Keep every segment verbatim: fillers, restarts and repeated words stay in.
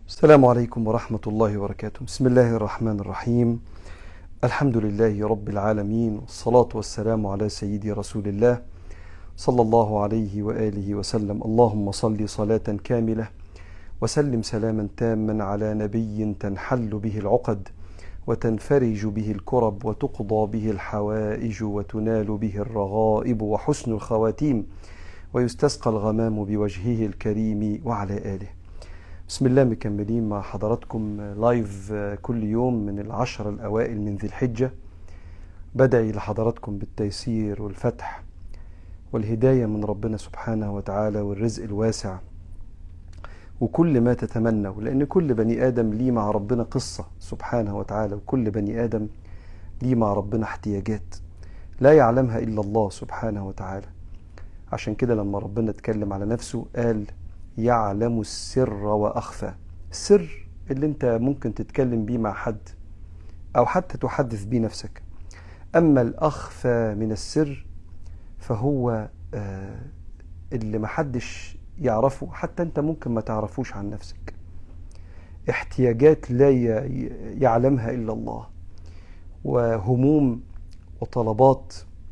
السلام عليكم ورحمة الله وبركاته. بسم الله الرحمن الرحيم. الحمد لله رب العالمين، والصلاة والسلام على سيدي رسول الله صلى الله عليه وآله وسلم. اللهم صل صلاة كاملة وسلم سلاما تاما على نبي تنحل به العقد وتنفرج به الكرب وتقضى به الحوائج وتنال به الرغائب وحسن الخواتيم ويستسقى الغمام بوجهه الكريم وعلى آله. بسم الله، مكملين مع حضراتكم لايف كل يوم من العشر الأوائل من ذي الحجة. بدعي لحضراتكم بالتيسير والفتح والهداية من ربنا سبحانه وتعالى والرزق الواسع وكل ما تتمنوا، لأن كل بني آدم ليه مع ربنا قصة سبحانه وتعالى، وكل بني آدم ليه مع ربنا احتياجات لا يعلمها إلا الله سبحانه وتعالى. عشان كده لما ربنا اتكلم على نفسه قال يعلم السر وأخفى. السر اللي انت ممكن تتكلم بيه مع حد أو حتى تحدث بيه نفسك، أما الأخفى من السر فهو آه اللي محدش يعرفه، حتى انت ممكن ما تعرفوش عن نفسك. احتياجات لا يعلمها إلا الله، وهموم وطلبات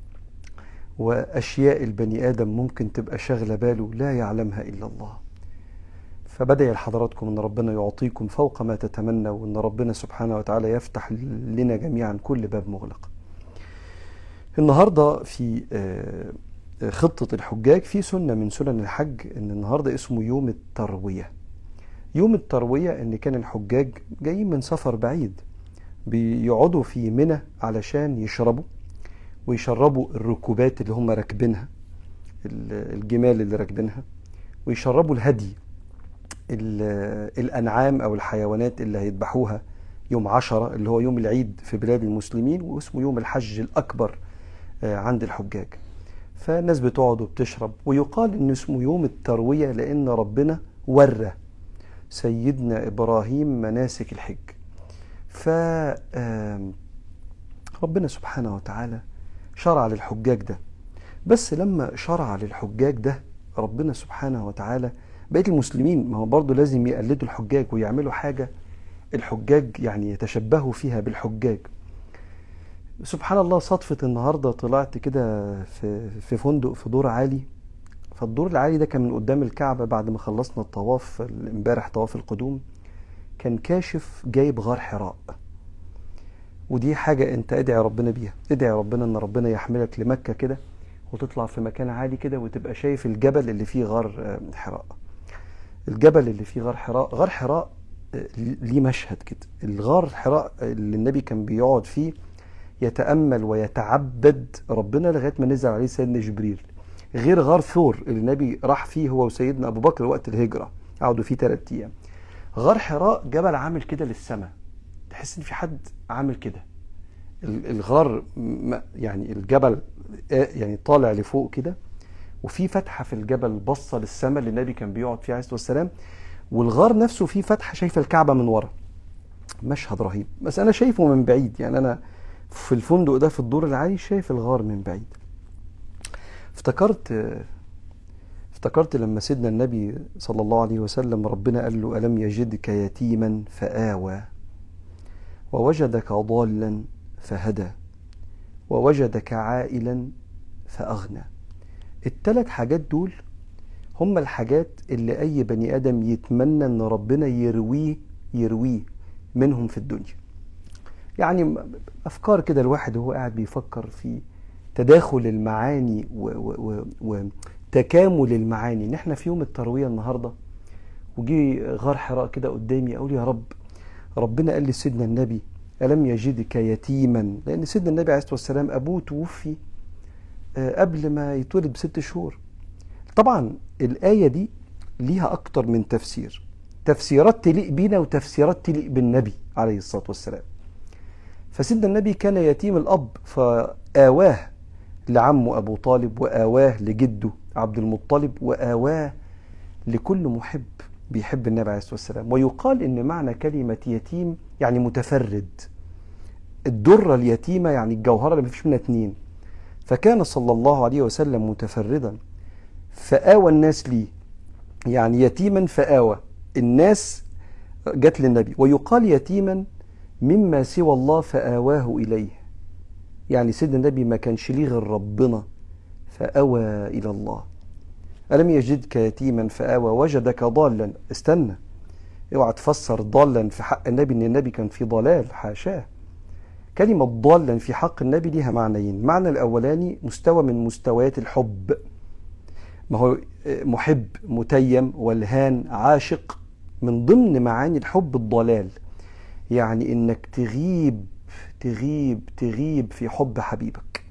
وأشياء البني آدم ممكن تبقى شغلة باله لا يعلمها إلا الله. فبدأ لحضراتكم أن ربنا يعطيكم فوق ما تتمنوا، وأن ربنا سبحانه وتعالى يفتح لنا جميعا كل باب مغلق. النهاردة في خطة الحجاج في سنة من سنن الحج، أن النهاردة اسمه يوم التروية. يوم التروية أن كان الحجاج جايين من سفر بعيد بيقعدوا في منى علشان يشربوا ويشربوا الركوبات اللي هم راكبينها، الجمال اللي راكبينها، ويشربوا الهدي، الأنعام أو الحيوانات اللي هيذبحوها يوم عشرة اللي هو يوم العيد في بلاد المسلمين، واسمه يوم الحج الأكبر عند الحجاج. فالناس بتقعد وبتشرب، ويقال إنه اسمه يوم التروية لأن ربنا ورى سيدنا إبراهيم مناسك الحج. فربنا سبحانه وتعالى شرع للحجاج ده، بس لما شرع للحجاج ده ربنا سبحانه وتعالى بقية المسلمين ما هو برضو لازم يقلدوا الحجاج ويعملوا حاجة الحجاج يعني يتشبهوا فيها بالحجاج. سبحان الله، صدفة النهاردة طلعت كده في, في فندق في دور عالي، فالدور العالي ده كان من قدام الكعبة. بعد ما خلصنا الطواف امبارح طواف القدوم كان كاشف جايب غار حراء، ودي حاجة انت ادعي ربنا بيها، ادعي ربنا ان ربنا يحملك لمكة كده وتطلع في مكان عالي كده وتبقى شايف الجبل اللي فيه غار حراء. الجبل اللي فيه غار حراء، غار حراء ليه مشهد كده. الغار حراء اللي النبي كان بيقعد فيه يتأمل ويتعبد ربنا لغاية ما نزل عليه سيدنا جبريل، غير غار ثور اللي النبي راح فيه هو وسيدنا أبو بكر وقت الهجرة، قعدوا فيه ثلاثة أيام. غار حراء جبل عامل كده للسماء، تحس ان في حد عامل كده. الغار يعني الجبل يعني طالع لفوق كده، وفي فتحة في الجبل بصة للسماء اللي النبي كان بيقعد فيها عليه الصلاة والسلام، والغار نفسه فيه فتحة شايفة الكعبة من ورا. مشهد رهيب، بس أنا شايفه من بعيد، يعني أنا في الفندق ده في الدور العالي شايف الغار من بعيد. افتكرت افتكرت لما سيدنا النبي صلى الله عليه وسلم ربنا قال له ألم يجدك يتيما فآوى ووجدك ضالا فهدى ووجدك عائلا فأغنى. الثلاث حاجات دول هم الحاجات اللي أي بني آدم يتمنى أن ربنا يرويه يرويه منهم في الدنيا. يعني أفكار كده الواحد وهو قاعد بيفكر في تداخل المعاني وتكامل المعاني. نحن في يوم التروية النهاردة وجي غار حراء كده قدامي، أقول يا رب، ربنا قال لي سيدنا النبي ألم يجدك يتيما، لأن سيدنا النبي عليه الصلاة والسلام أبوه توفي قبل ما يتولد بست شهور. طبعا الآية دي ليها أكتر من تفسير، تفسيرات تليق بينا وتفسيرات تليق بالنبي عليه الصلاة والسلام. فسيدنا النبي كان يتيم الأب، فآواه لعمه أبو طالب، وآواه لجده عبد المطلب، وآواه لكل محب بيحب النبي عليه الصلاة والسلام. ويقال إن معنى كلمة يتيم يعني متفرد، الدرة اليتيمة يعني الجوهرة اللي مفيش منها اتنين. فكان صلى الله عليه وسلم متفردا فآوى الناس ليه، يعني يتيما فآوى الناس جت للنبي. ويقال يتيما مما سوى الله فآواه إليه، يعني سيدنا النبي ما كانش ليه غير ربنا فأوى إلى الله. ألم يجدك يتيما فآوى وجدك ضالا. استنى، اوعى تفسر ضالا في حق النبي ان النبي كان في ضلال، حاشاه. كلمة ضالا في حق النبي ليها معنيين. المعنى الأولاني مستوى من مستويات الحب، ما هو محب متيم والهان عاشق، من ضمن معاني الحب الضلال، يعني انك تغيب تغيب تغيب في حب حبيبك.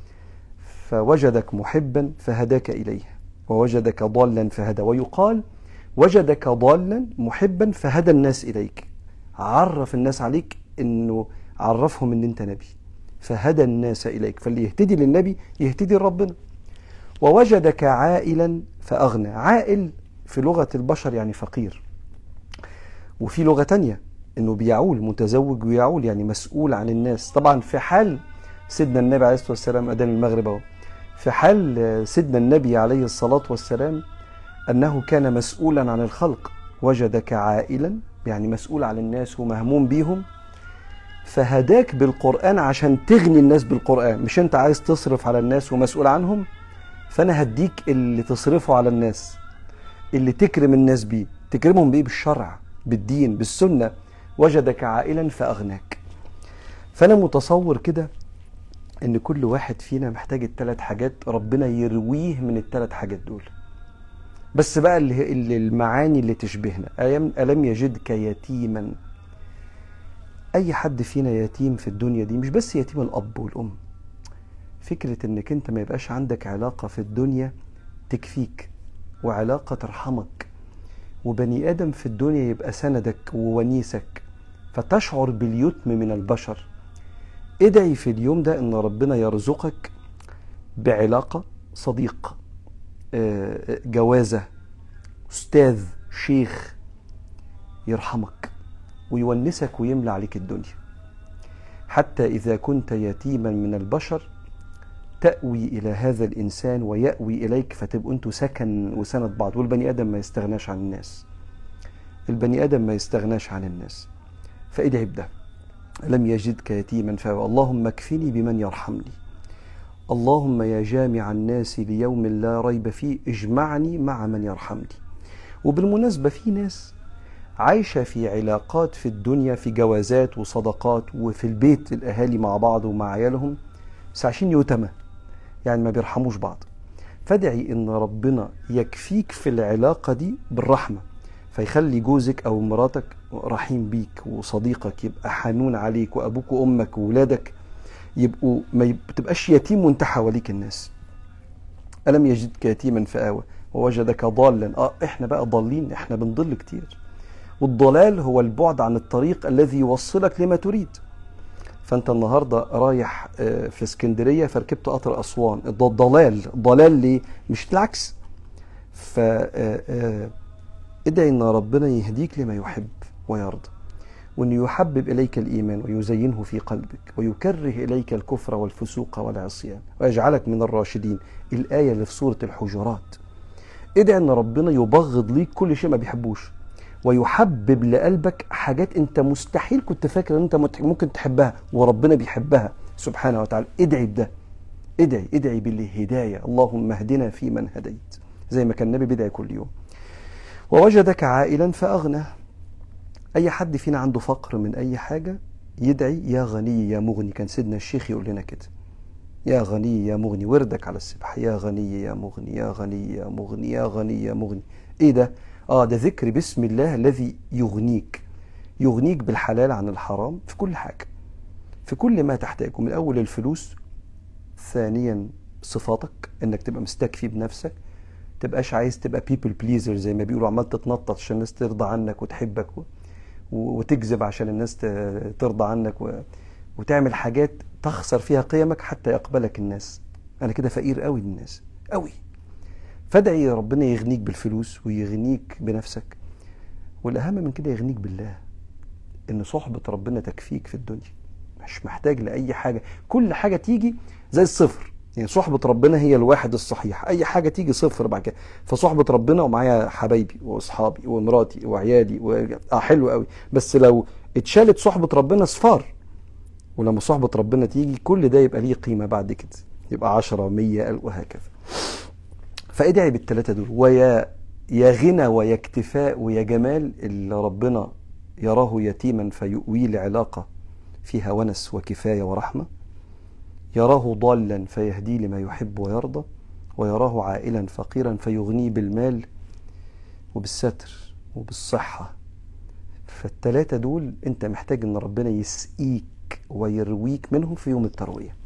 فوجدك محبا فهداك إليه، ووجدك ضالا فهدى. ويقال وجدك ضالا محبا فهدى الناس إليك، عرف الناس عليك، انه عرفهم ان انت نبي فهدى الناس إليك. فاللي يهتدي للنبي يهتدي لربنا. ووجدك عائلا فأغنى. عائل في لغة البشر يعني فقير، وفي لغة تانية انه بيعول، متزوج ويعول، يعني مسؤول عن الناس. طبعا في حال سيدنا النبي عليه الصلاة والسلام، أذان المغرب اهو، في حال سيدنا النبي عليه الصلاة والسلام أنه كان مسؤولا عن الخلق. وجدك عائلا يعني مسؤول عن الناس ومهموم بيهم، فهداك بالقرآن عشان تغني الناس بالقرآن. مش انت عايز تصرف على الناس ومسؤول عنهم، فأنا هديك اللي تصرفه على الناس، اللي تكرم الناس بيه. تكرمهم بيه؟ بالشرع، بالدين، بالسنة. وجدك عائلا فأغناك. فأنا متصور كده ان كل واحد فينا محتاج الثلاث حاجات، ربنا يرويه من الثلاث حاجات دول. بس بقى اللي, اللي المعاني اللي تشبهنا. ألم يجدك يتيما. اي حد فينا يتيم في الدنيا دي، مش بس يتيم الاب والام، فكرة انك انت ما يبقاش عندك علاقة في الدنيا تكفيك، وعلاقة ترحمك، وبني ادم في الدنيا يبقى سندك وونيسك، فتشعر باليتم من البشر. ادعي في اليوم ده ان ربنا يرزقك بعلاقة، صديق، جوازة، أستاذ، شيخ، يرحمك ويونسك ويملى عليك الدنيا. حتى إذا كنت يتيما من البشر تأوي إلى هذا الإنسان ويأوي إليك، فتبقوا أنتوا سكن وسند بعض. والبني آدم ما يستغناش عن الناس، البني آدم ما يستغناش عن الناس. فادعي بده. لم يجدك يتيما فآوى. اللهم اكفني بمن يرحمني. اللهم يا جامع الناس ليوم لا ريب فيه اجمعني مع من يرحمني. وبالمناسبة في ناس عايشة في علاقات في الدنيا، في جوازات وصداقات، وفي البيت الأهالي مع بعض ومع عيالهم، بس عايشين يتامى، يعني ما بيرحموش بعض. فادعي ان ربنا يكفيك في العلاقة دي بالرحمة، فيخلي جوزك أو مراتك رحيم بيك، وصديقك يبقى حنون عليك، وأبوك وأمك وولادك يبقوا ما تبقاش يتيم وانت حواليك الناس. ألم يجدك يتيما فآوى ووجدك ضالا. اه احنا بقى ضالين، احنا بنضل كتير، والضلال هو البعد عن الطريق الذي يوصلك لما تريد. فانت النهاردة رايح في اسكندرية فركبت قطر أسوان، ده ضلال. ضلال ليه؟ مش العكس. فادعي ان ربنا يهديك لما يحب ويرضى، وأن يحبب إليك الإيمان ويزينه في قلبك، ويكره إليك الكفر والفسوق والعصيان، ويجعلك من الراشدين. الآية اللي في سورة الحجرات. ادعي أن ربنا يبغض ليك كل شيء ما بيحبوش، ويحبب لقلبك حاجات أنت مستحيل كنت فاكر أن أنت ممكن تحبها، وربنا بيحبها سبحانه وتعالى. ادعي بده. ادعي ادعي بالهداية. اللهم اهدنا في من هديت، زي ما كان النبي بيدعي كل يوم. ووجدك عائلا فأغنى. أي حد فينا عنده فقر من أي حاجة يدعي يا غني يا مغني. كان سيدنا الشيخ يقول لنا كده، يا غني يا مغني، وردك على السبح، يا غني يا مغني يا غني يا مغني يا غني يا مغني. إيه ده؟ آه ده ذكر باسم الله الذي يغنيك، يغنيك بالحلال عن الحرام في كل حاجة، في كل ما تحتاجه، من أول الفلوس. ثانيا صفاتك، إنك تبقى مستكفي بنفسك، تبقاش عايز تبقى people pleaser زي ما بيقولوا، عمال تتنطط عشان الناس ترضى عنك وتحبك، و... وتكذب عشان الناس ترضى عنك، و... وتعمل حاجات تخسر فيها قيمك حتى يقبلك الناس. أنا كده فقير قوي للناس قوي. فادعي ربنا يغنيك بالفلوس ويغنيك بنفسك، والأهم من كده يغنيك بالله، إن صحبة ربنا تكفيك في الدنيا، مش محتاج لأي حاجة. كل حاجة تيجي زي الصفر، يعني صحبة ربنا هي الواحد الصحيح، اي حاجة تيجي صفر بعد كده. فصحبة ربنا ومعايا حبايبي واصحابي ومراتي وعيالي و... اه حلو قوي، بس لو اتشالت صحبة ربنا صفار. ولما صحبة ربنا تيجي كل ده يبقى ليه قيمة بعد كده، يبقى عشرة مية ألف وهكذا. فادعي بالثلاثة دول، ويا يا غنى ويا اكتفاء ويا جمال اللي ربنا يراه يتيما فيؤويه لعلاقة فيها ونس وكفاية ورحمة، يراه ضالا فيهديه لما يحب ويرضى، ويراه عائلا فقيرا فيغنيه بالمال وبالستر وبالصحة. فالثلاثة دول انت محتاج ان ربنا يسقيك ويرويك منهم في يوم التروية.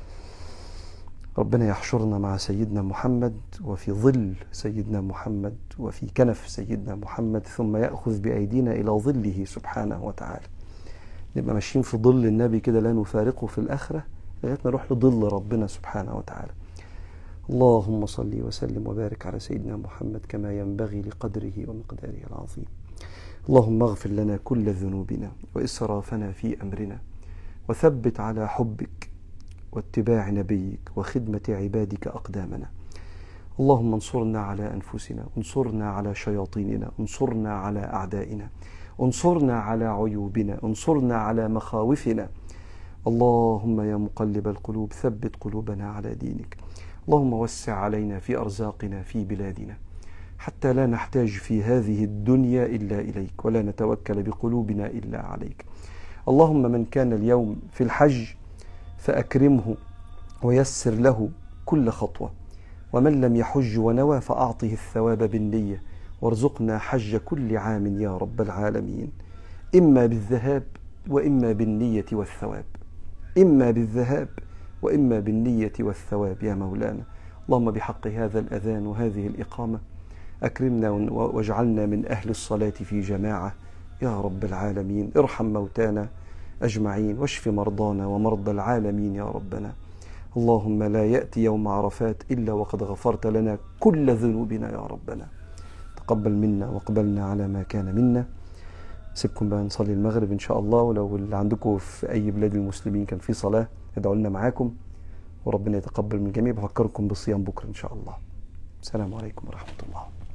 ربنا يحشرنا مع سيدنا محمد وفي ظل سيدنا محمد وفي كنف سيدنا محمد، ثم يأخذ بأيدينا إلى ظله سبحانه وتعالى. نبقى ماشيين في ظل النبي كده لا نفارقه في الآخرة لغاية نروح لظل ربنا سبحانه وتعالى. اللهم صل وسلم وبارك على سيدنا محمد كما ينبغي لقدره ومقداره العظيم. اللهم اغفر لنا كل ذنوبنا وإسرافنا في أمرنا، وثبت على حبك واتباع نبيك وخدمة عبادك أقدامنا. اللهم انصرنا على أنفسنا، انصرنا على شياطيننا، انصرنا على أعدائنا، انصرنا على عيوبنا، انصرنا على مخاوفنا. اللهم يا مقلب القلوب ثبت قلوبنا على دينك. اللهم وسع علينا في أرزاقنا في بلادنا، حتى لا نحتاج في هذه الدنيا إلا إليك، ولا نتوكل بقلوبنا إلا عليك. اللهم من كان اليوم في الحج فأكرمه ويسر له كل خطوة، ومن لم يحج ونوى فأعطه الثواب بالنية، وارزقنا حج كل عام يا رب العالمين، إما بالذهاب وإما بالنية والثواب، إما بالذهاب وإما بالنية والثواب يا مولانا. اللهم بحق هذا الأذان وهذه الإقامة أكرمنا واجعلنا من أهل الصلاة في جماعة يا رب العالمين. ارحم موتانا أجمعين، واشف مرضانا ومرضى العالمين يا ربنا. اللهم لا يأتي يوم عرفات إلا وقد غفرت لنا كل ذنوبنا يا ربنا. تقبل منا واقبلنا على ما كان منا. سيبكم بقى نصلي المغرب إن شاء الله، ولو اللي عندكم في أي بلاد المسلمين كان في صلاة ادعوا لنا معاكم، وربنا يتقبل من الجميع. بفكركم بالصيام بكرة إن شاء الله. السلام عليكم ورحمة الله.